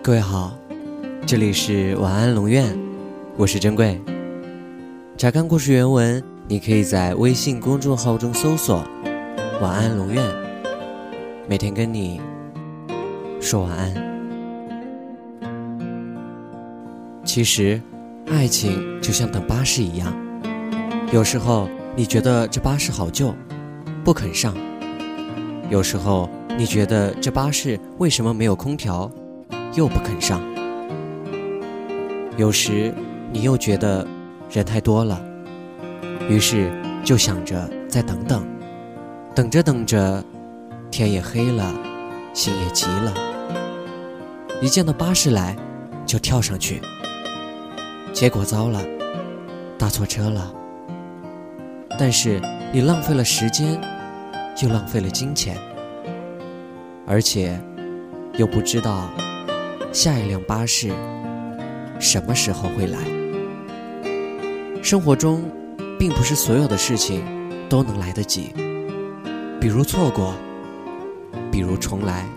各位好，这里是晚安龙院，我是珍贵。查看故事原文，你可以在微信公众号中搜索晚安龙院，每天跟你说晚安。其实爱情就像等巴士一样，有时候你觉得这巴士好旧，不肯上，有时候你觉得这巴士为什么没有空调，又不肯上，有时你又觉得人太多了，于是就想着再等等，等着等着天也黑了，心也急了，一见到巴士来就跳上去，结果糟了，搭错车了。但是你浪费了时间，又浪费了金钱，而且又不知道下一辆巴士什么时候会来。生活中并不是所有的事情都能来得及，比如错过，比如重来。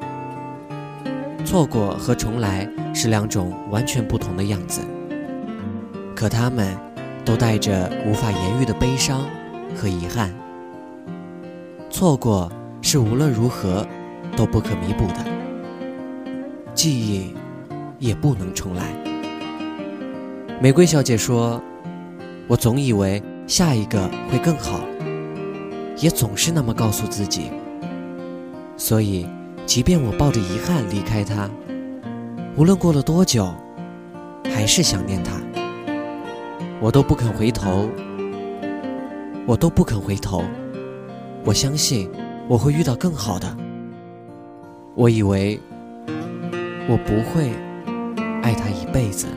错过和重来是两种完全不同的样子，可它们都带着无法言喻的悲伤和遗憾。错过是无论如何都不可弥补的，记忆也不能重来。玫瑰小姐说，我总以为下一个会更好，也总是那么告诉自己，所以即便我抱着遗憾离开她，无论过了多久，还是想念她，我都不肯回头，我相信我会遇到更好的。我以为我不会爱他一辈子，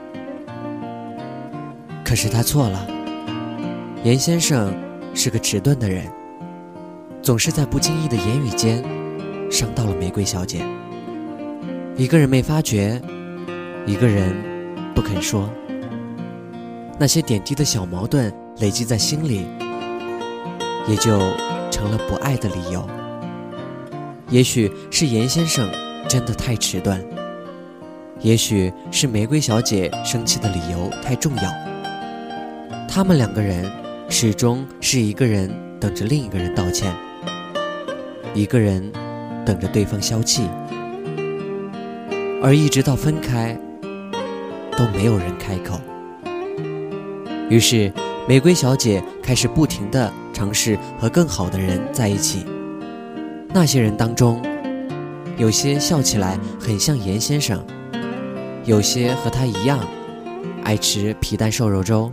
可是他错了。严先生是个迟钝的人，总是在不经意的言语间伤到了玫瑰小姐。一个人没发觉，一个人不肯说，那些点滴的小矛盾累积在心里，也就成了不爱的理由。也许是严先生真的太迟钝，也许是玫瑰小姐生气的理由太重要，他们两个人始终是一个人等着另一个人道歉，一个人等着对方消气，而一直到分开都没有人开口。于是玫瑰小姐开始不停地尝试和更好的人在一起，那些人当中，有些笑起来很像严先生，有些和他一样爱吃皮蛋瘦肉粥，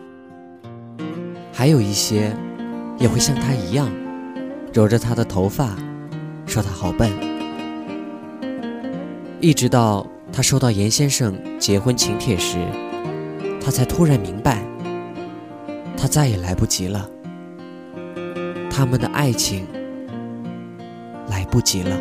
还有一些也会像他一样揉着他的头发说他好笨。一直到他收到严先生结婚请帖时，他才突然明白，他再也来不及了，他们的爱情来不及了。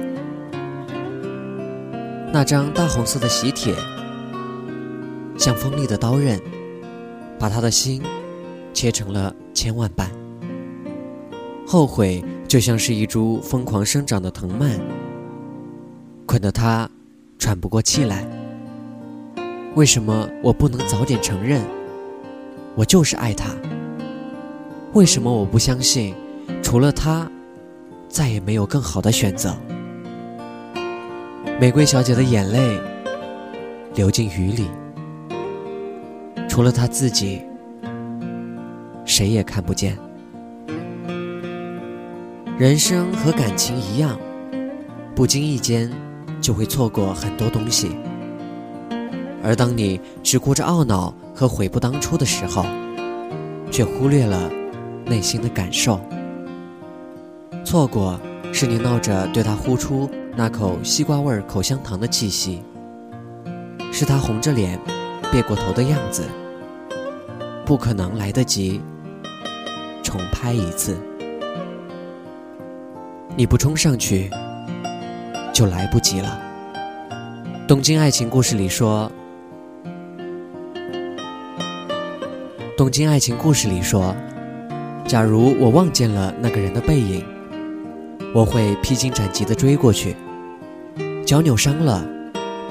那张大红色的喜帖像锋利的刀刃，把他的心切成了千万瓣。后悔就像是一株疯狂生长的藤蔓，捆得他喘不过气来。为什么我不能早点承认我就是爱他？为什么我不相信除了他再也没有更好的选择？玫瑰小姐的眼泪流进雨里，除了她自己，谁也看不见。人生和感情一样，不经意间就会错过很多东西，而当你只顾着懊恼和悔不当初的时候，却忽略了内心的感受。错过是你闹着对他呼出那口西瓜味口香糖的气息，是他红着脸别过头的样子，不可能来得及重拍一次。你不冲上去就来不及了。东京爱情故事里说，假如我望见了那个人的背影，我会披荆斩棘地追过去，脚扭伤了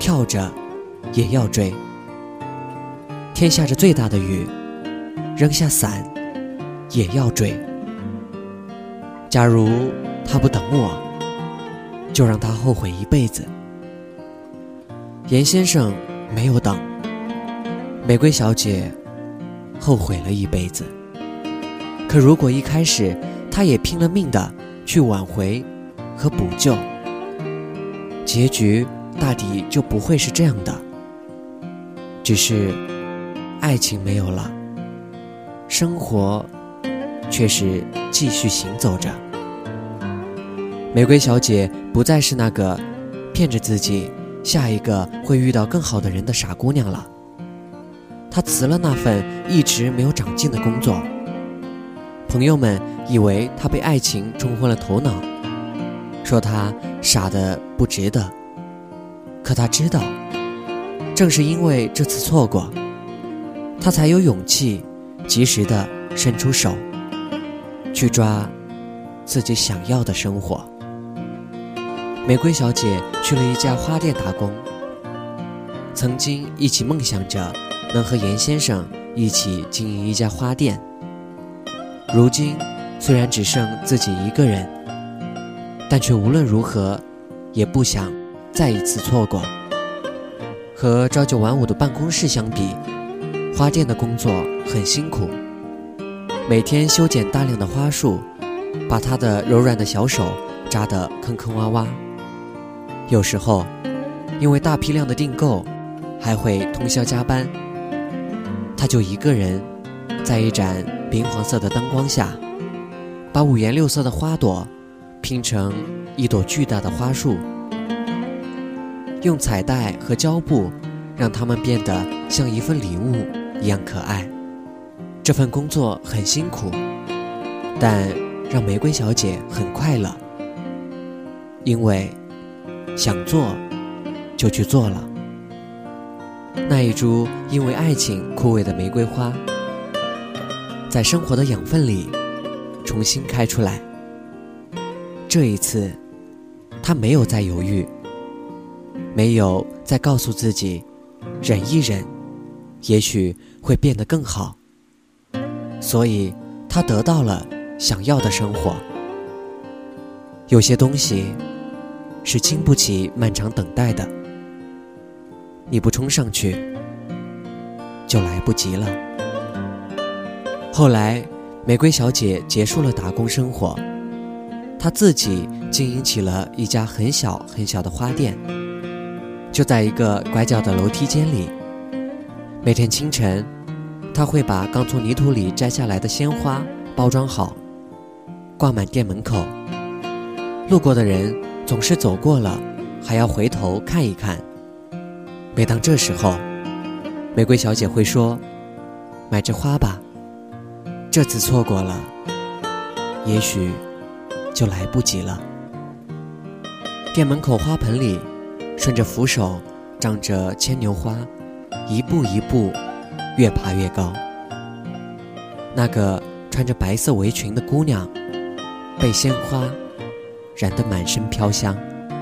跳着也要追。天下着最大的雨，扔下伞也要追。假如他不等我，就让他后悔一辈子。严先生没有等，玫瑰小姐后悔了一辈子。可如果一开始他也拼了命的去挽回和补救，结局大抵就不会是这样的。只是爱情没有了，生活却是继续行走着。玫瑰小姐不再是那个骗着自己下一个会遇到更好的人的傻姑娘了。她辞了那份一直没有长进的工作。朋友们以为她被爱情冲昏了头脑，说她傻得不值得。可她知道，正是因为这次错过，她才有勇气及时地伸出手，去抓自己想要的生活。玫瑰小姐去了一家花店打工，曾经一起梦想着能和严先生一起经营一家花店。如今虽然只剩自己一个人，但却无论如何也不想再一次错过。和朝九晚五的办公室相比，花店的工作很辛苦，每天修剪大量的花束，把她的柔软的小手扎得坑坑洼洼。有时候因为大批量的订购，还会通宵加班。她就一个人在一盏明黄色的灯光下，把五颜六色的花朵拼成一朵巨大的花束，用彩带和胶布让它们变得像一份礼物一样可爱。这份工作很辛苦，但让玫瑰小姐很快乐，因为想做就去做了。那一株因为爱情枯萎的玫瑰花，在生活的养分里重新开出来。这一次她没有再犹豫，没有再告诉自己忍一忍也许会变得更好，所以她得到了想要的生活。有些东西是经不起漫长等待的，你不冲上去就来不及了。后来玫瑰小姐结束了打工生活，她自己经营起了一家很小很小的花店，就在一个拐角的楼梯间里。每天清晨，她会把刚从泥土里摘下来的鲜花包装好，挂满店门口。路过的人总是走过了还要回头看一看。每当这时候，玫瑰小姐会说：买这花吧，这次错过了也许就来不及了。店门口花盆里顺着扶手长着牵牛花，一步一步越爬越高。那个穿着白色围裙的姑娘被鲜花染得满身飘香。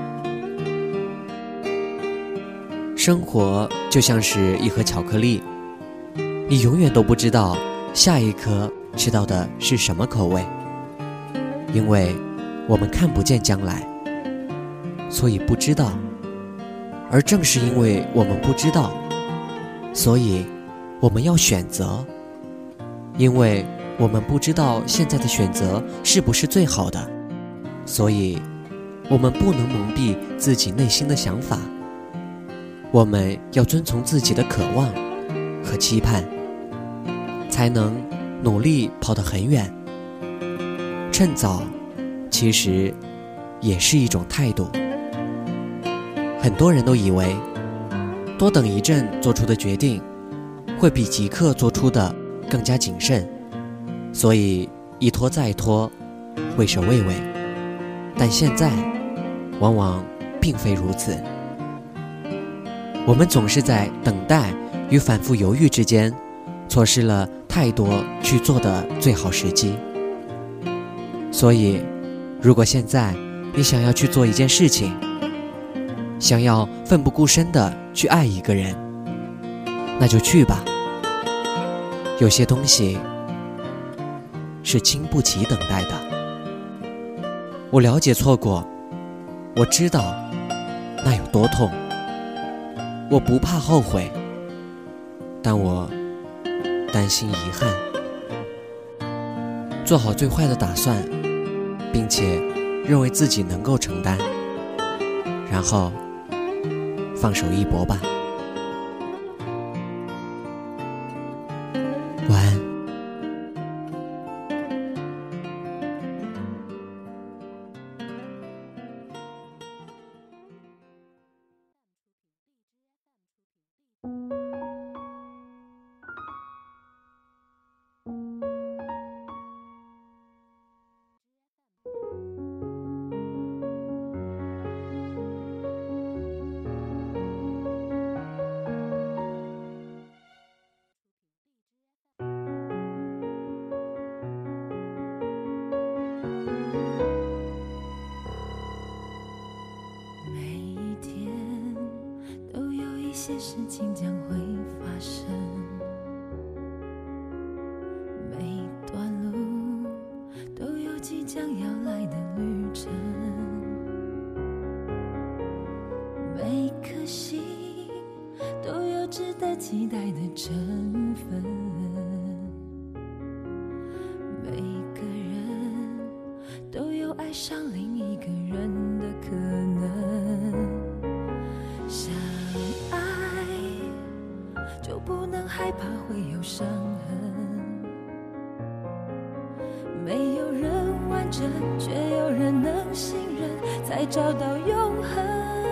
生活就像是一盒巧克力，你永远都不知道下一颗吃到的是什么口味，因为我们看不见将来，所以不知道。而正是因为我们不知道，所以我们要选择，因为我们不知道现在的选择是不是最好的，所以我们不能蒙蔽自己内心的想法。我们要遵从自己的渴望和期盼，才能努力跑得很远。趁早其实也是一种态度。很多人都以为多等一阵做出的决定会比即刻做出的更加谨慎，所以一拖再拖，畏首畏尾。但现在往往并非如此，我们总是在等待与反复犹豫之间错失了太多去做的最好时机。所以如果现在你想要去做一件事情， 想要奋不顾身地去爱一个人，那就去吧。有些东西是经不起等待的。我了解错过，我知道那有多痛，我不怕后悔，但我担心遗憾。做好最坏的打算，并且认为自己能够承担，然后放手一搏吧。晚安。 一些事情将会发生，每一段路都有即将要来的旅程，每一颗心都有值得期待的成分，每一个人都有爱上另一个人的可能。就不能害怕会有伤痕，没有人完整，却有人能信任，才找到永恒。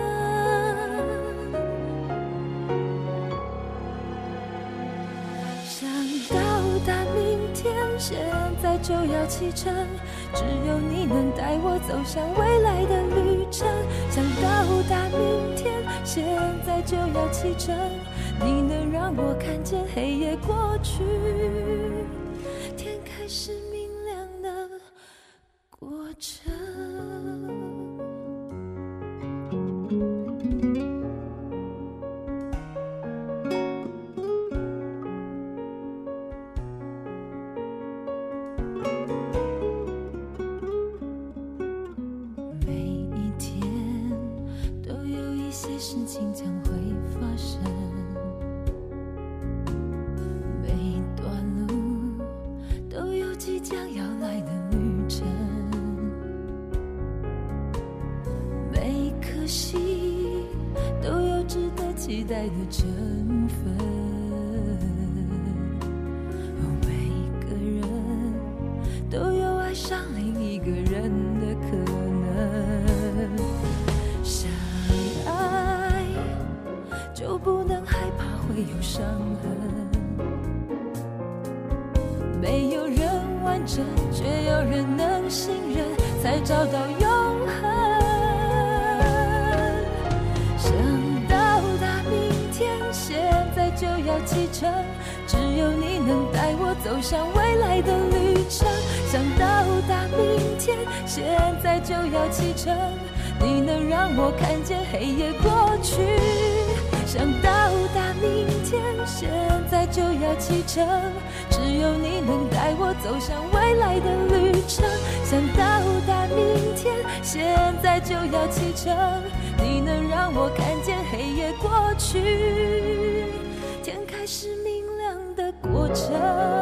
想到达明天，现在就要启程，只有你能带我走向未来的旅程。想到达明天，现在就要启程，你能让我看见黑夜过去，天开始明亮的过程。每一天都有一些事情将会发生，即将要来的旅程，每一颗心都有值得期待的成分，每一个人都有爱上另一个人的可能。相爱就不能害怕会有伤痕，没有人完整，却有人能信任，才找到永恒。想到达明天，现在就要启程，只有你能带我走向未来的旅程。想到达明天，现在就要启程，你能让我看见黑夜过去。想到达明天，现在就要启程，只有你能带我走向未来的旅程。想到达明天，现在就要启程，你能让我看见黑夜过去，天开始明亮的过程。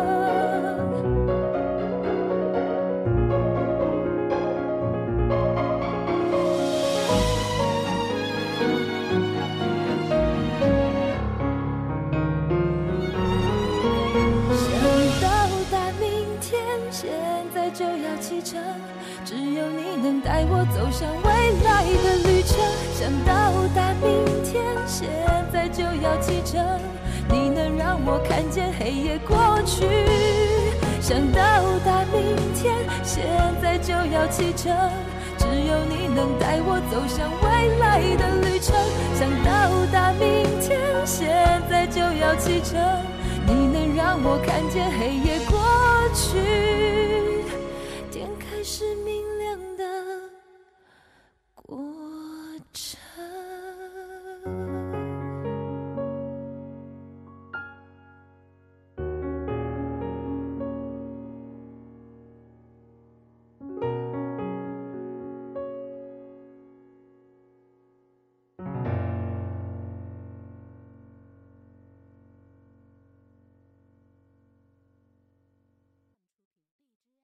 就要启程，只有你能带我走向未来的旅程。想到达明天，现在就要启程，你能让我看见黑夜过去。想到达明天，现在就要启程，只有你能带我走向未来的旅程。想到达明天，现在就要启程，你能让我看见黑夜过去，天开始明